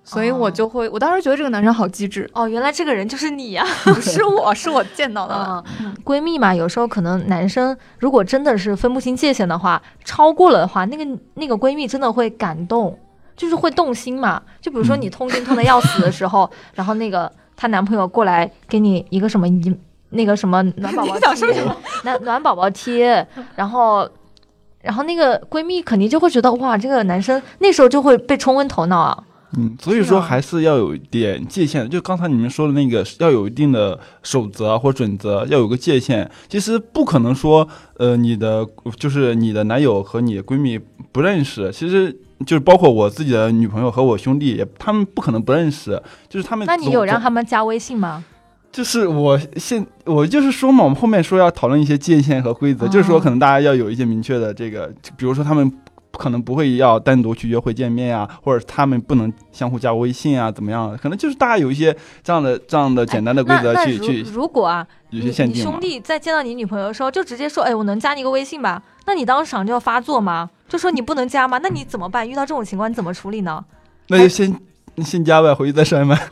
所以我当时觉得这个男生好机智。 哦，原来这个人就是你呀！ 不是我，是我见到的。 闺蜜嘛，有时候可能男生如果真的是分不清界限的话，超过了的话，那个闺蜜真的会感动，就是会动心嘛。就比如说你痛经痛的要死的时候，然后那个她男朋友过来给你一个什么那个什么暖宝宝贴，暖宝宝贴，然后那个闺蜜肯定就会觉得哇，这个男生那时候就会被冲昏头脑啊。 所以说还是要有一点界限，就刚才你们说的那个，要有一定的守则或准则，要有个界限。其实不可能说，你的男友和你的闺蜜不认识，其实就是包括我自己的女朋友和我兄弟，他们不可能不认识，就是他们。 那你有让他们加微信吗？ 就是我就是说嘛，我们后面说要讨论一些界限和规则，就是说可能大家要有一些明确的这个，比如说他们可能不会要单独去约会见面啊，或者他们不能相互加微信啊，怎么样？可能就是大家有一些这样的简单的规则去。 如果啊， 有些限定， 你兄弟在见到你女朋友的时候，就直接说，哎，我能加你个微信吧？那你当场就要发作吗？就说你不能加吗？那你怎么办？遇到这种情况你怎么处理呢？ 那就先加呗，回去再删呗。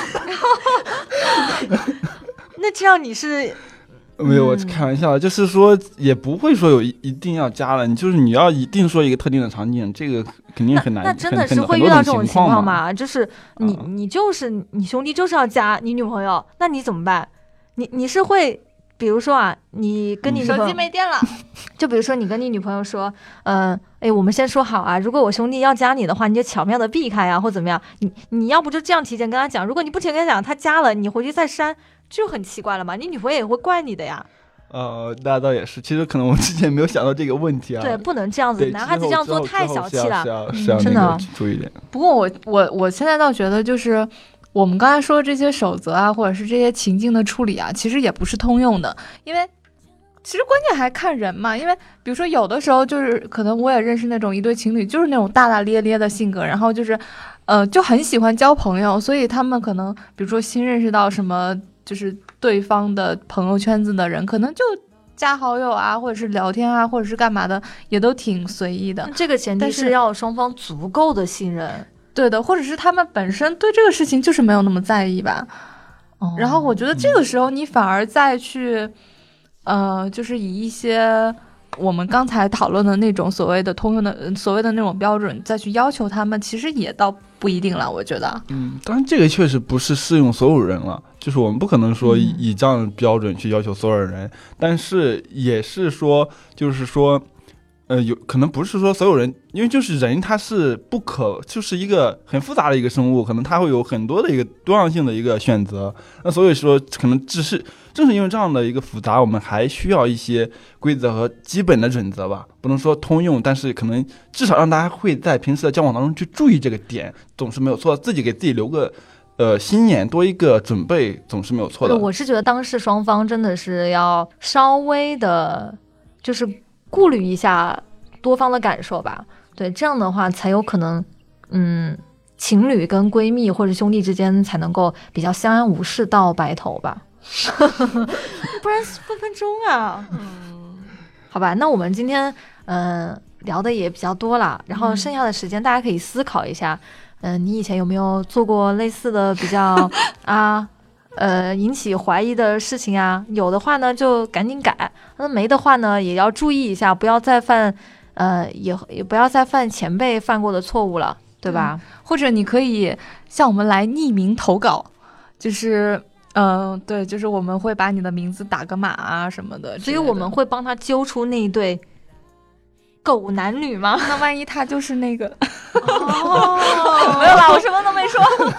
那这样你是？ 没有，我开玩笑，就是说也不会说有一定要加了，你要一定说一个特定的场景，这个肯定很难。 那真的是会遇到这种情况吗？就是你兄弟就是要加你女朋友，那你怎么办？你是会，比如说啊，你跟你女朋友手机没电了， 就比如说你跟你女朋友说，我们先说好啊，如果我兄弟要加你的话，你就巧妙的避开啊，或怎么样，你要不就这样提前跟他讲，如果你不提前跟他讲，他加了，你回去再删。就很奇怪了嘛，你女朋友也会怪你的呀。 那倒也是，其实可能我之前没有想到这个问题啊。 对，不能这样子，男孩子这样做太小气了， 真的注意点。 不过我现在倒觉得，就是我们刚才说的这些守则啊，或者是这些情境的处理啊，其实也不是通用的，因为其实关键还看人嘛。因为比如说有的时候就是可能我也认识那种一对情侣，就是那种大大咧咧的性格，然后就是就很喜欢交朋友，所以他们可能比如说新认识到什么。就是对方的朋友圈子的人，可能就加好友啊，或者是聊天啊，或者是干嘛的，也都挺随意的。 这个前提是要双方足够的信任， 对的，或者是他们本身对这个事情就是没有那么在意吧。然后我觉得这个时候你反而再去，就是以一些我们刚才讨论的那种所谓的通用的所谓的那种标准再去要求他们，其实也倒不一定了，我觉得。 当然这个确实不是适用所有人了，就是我们不可能说以这样的标准去要求所有人，但是也是说，就是说，有可能不是说所有人，因为就是人他是就是一个很复杂的一个生物，可能他会有很多的一个多样性的一个选择，那所以说可能正是因为这样的一个复杂，我们还需要一些规则和基本的准则吧，不能说通用，但是可能至少让大家会在平时的交往当中去注意这个点，总是没有错，自己给自己留个心眼，多一个准备，总是没有错的。 我是觉得当事双方真的是要稍微的，就是顾虑一下多方的感受吧。对，这样的话才有可能，情侣跟闺蜜或者兄弟之间才能够比较相安无事到白头吧。不然分分钟啊。好吧，那我们今天聊的也比较多了，然后剩下的时间大家可以思考一下，你以前有没有做过类似的比较引起怀疑的事情啊？有的话呢就赶紧改，那没的话呢也要注意一下，不要再犯也不要再犯前辈犯过的错误了，对吧？ 或者你可以向我们来匿名投稿，就是对，就是我们会把你的名字打个码啊什么的， 所以我们会帮他揪出那一对狗男女吗？ 那万一他就是那个没有啦，我什么都没说。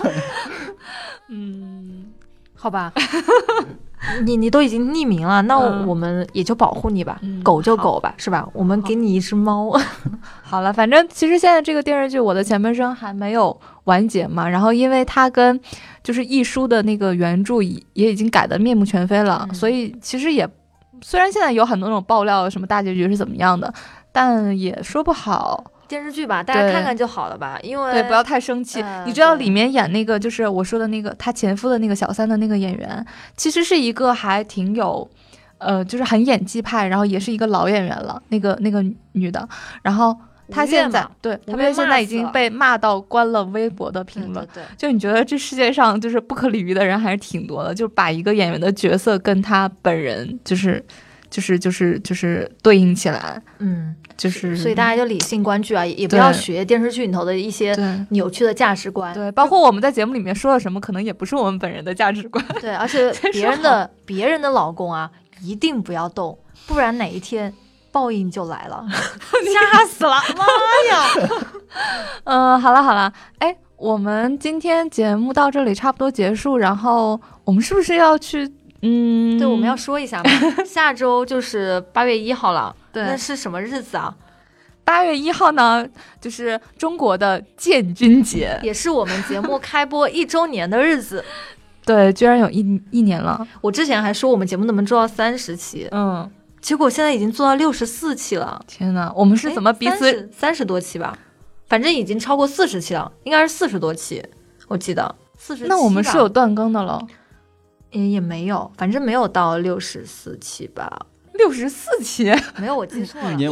好吧，你都已经匿名了，那我们也就保护你吧，狗就狗吧，是吧？我们给你一只猫。 好了，反正其实现在这个电视剧《我的前半生》还没有完结嘛，然后因为它跟就是一书的那个原著也已经改得面目全非了，所以其实也虽然现在有很多那种爆料什么大结局是怎么样的，但也说不好。 电视剧吧，大家看看就好了吧，因为对，不要太生气。你知道里面演那个就是我说的那个他前夫的那个小三的那个演员，其实是一个还挺有就是很演技派，然后也是一个老演员了，那个女的，然后他现在对他被吴越现在已经被骂到关了微博的评论。 对， 就你觉得这世界上就是不可理喻的人还是挺多的，就把一个演员的角色跟他本人就是对应起来，就是所以大家就理性观剧啊，也不要学电视剧里头的一些扭曲的价值观。 对，包括我们在节目里面说了什么，可能也不是我们本人的价值观。 对，而且别人的老公啊，一定不要动，不然哪一天报应就来了，吓死了，妈呀！好了，哎，我们今天节目到这里差不多结束，然后我们是不是要去？ 对，我们要说一下嘛，下周就是8月1号了。 对， 那是什么日子啊 ？8月1号呢，就是中国的建军节， 也是我们节目开播1周年的日子。 对，居然有一年了。 我之前还说我们节目能不能做到30期，结果现在已经做到64期了。 天哪，我们是怎么彼此 30多期吧？反正已经超过40期了，应该是40多期，我记得47。 那我们是有断更的了？ 也没有，反正没有到64期吧。 64期？ 没有，我记错了。 1年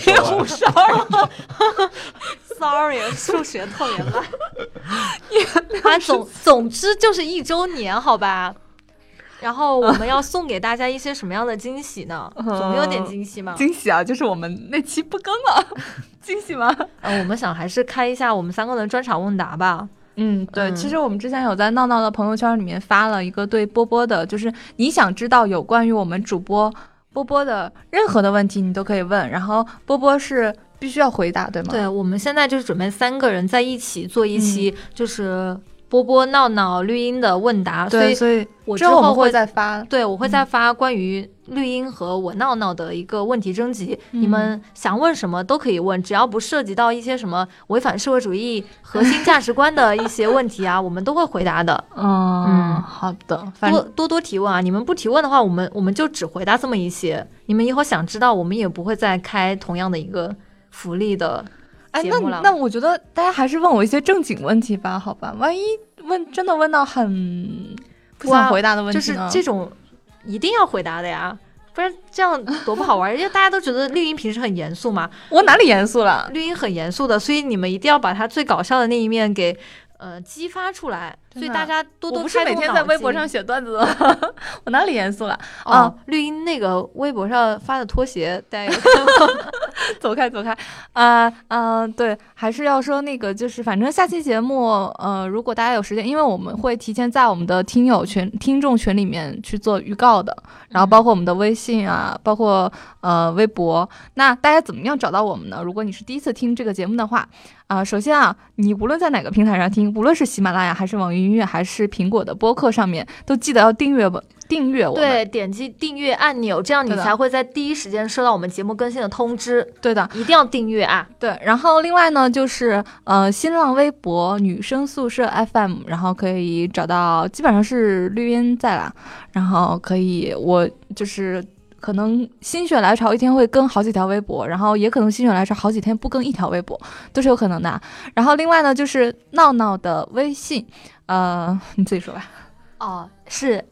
52。 Sorry， 数学特别烂。总之就是1周年，好吧。然后我们要送给大家一些什么样的惊喜呢？总有点惊喜嘛。 惊喜啊，就是我们那期不更了，惊喜吗？ 我们想还是开一下我们3个人专场问答吧。 对，其实我们之前有在闹闹的朋友圈里面发了一个对波波的，就是你想知道有关于我们主播波波的任何的问题，你都可以问，然后波波是必须要回答，对吗？ 对，我们现在就是准备3个人在一起做一期，就是波波、闹闹、绿茵的问答。 对，所以我之后会再发。 对，我会再发关于绿茵和我闹闹的一个问题征集，你们想问什么都可以问，只要不涉及到一些什么违反社会主义核心价值观的一些问题啊，我们都会回答的。 好的， 多提问啊！你们不提问的话，我们就只回答这么一些。你们以后想知道，我们也不会再开同样的一个福利的节目了。 那我觉得大家还是问我一些正经问题吧，好吧？万一真的问到很不想回答的问题呢？就是这种一定要回答的呀，不然这样多不好玩。因为大家都觉得绿茵平时很严肃嘛， 我哪里严肃了？ 绿茵很严肃的，所以你们一定要把他最搞笑的那一面给激发出来。所以大家多多开动脑筋。 我不是每天在微博上写段子的，我哪里严肃了？ 绿茵那个微博上发的拖鞋，大家有看吗？ 走开。对，还是要说那个，就是反正下期节目，如果大家有时间，因为我们会提前在我们的听众群里面去做预告的，然后包括我们的微信啊，包括微博。那大家怎么样找到我们呢？如果你是第一次听这个节目的话，首先啊，你无论在哪个平台上听，无论是喜马拉雅还是网易音乐还是苹果的播客上面，都记得要订阅我们。 对，点击订阅按钮，这样你才会在第一时间收到我们节目更新的通知。 对的， 一定要订阅啊！ 对，然后另外呢，就是新浪微博女生宿舍 FM， 然后可以找到，基本上是绿茵在啦，然后可以，我就是可能心血来潮一天会更好几条微博，然后也可能心血来潮好几天不更一条微博，都是有可能的。然后另外呢，就是闹闹的微信，你自己说吧。 是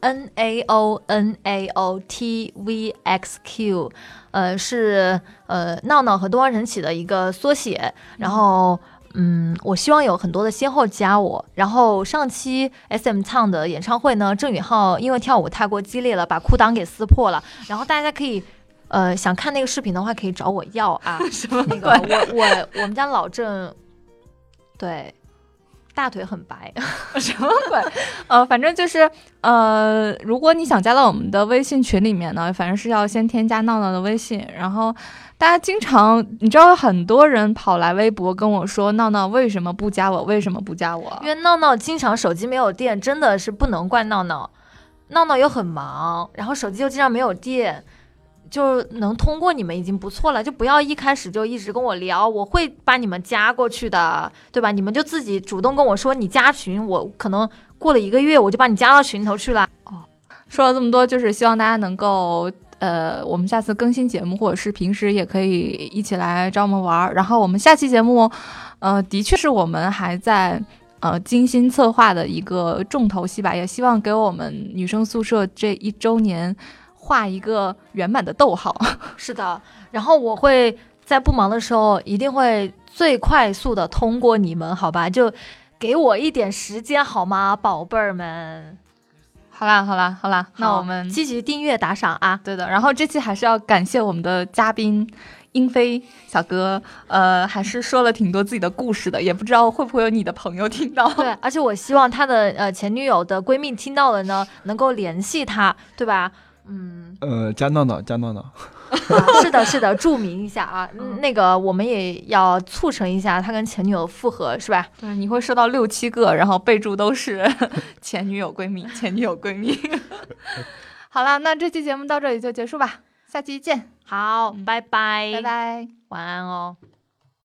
NAONAOTVXQ， 是闹闹和东方神起的一个缩写。然后我希望有很多的先后加我。然后上期 SM 唱的演唱会呢，郑宇浩因为跳舞太过激烈了，把裤裆给撕破了。然后大家可以想看那个视频的话，可以找我要啊。 什么？ 那个我们家老郑，对。大腿很白， 什么鬼？反正就是如果你想加到我们的微信群里面呢，反正是要先添加闹闹的微信。然后大家经常，你知道很多人跑来微博跟我说，闹闹为什么不加我？为什么不加我？ 因为闹闹经常手机没有电，真的是不能怪闹闹。闹闹又很忙，然后手机又经常没有电。就能通过你们已经不错了，就不要一开始就一直跟我聊，我会把你们加过去的，对吧？你们就自己主动跟我说你加群，我可能过了1个月我就把你加到群头去了。 说了这么多，就是希望大家能够我们下次更新节目，或者是平时也可以一起来找我们玩。然后我们下期节目的确是我们还在精心策划的一个重头戏吧，也希望给我们女生宿舍这1周年画一个圆满的逗号。 是的，然后我会在不忙的时候一定会最快速的通过你们，好吧？就给我一点时间好吗，宝贝儿们？ 好啦，那我们积极订阅打赏啊！ 对的，然后这期还是要感谢我们的嘉宾英飞小哥，还是说了挺多自己的故事的，也不知道会不会有你的朋友听到。 对，而且我希望他的前女友的闺蜜听到了呢，能够联系他，对吧？ 加闹闹， 是的，注明一下啊。那个我们也要促成一下他跟前女友复合，是吧？ 对，你会收到6、7个，然后备注都是前女友闺蜜，前女友闺蜜。好了，那这期节目到这里就结束吧，下期见。 好，拜拜， 拜拜， 晚安哦。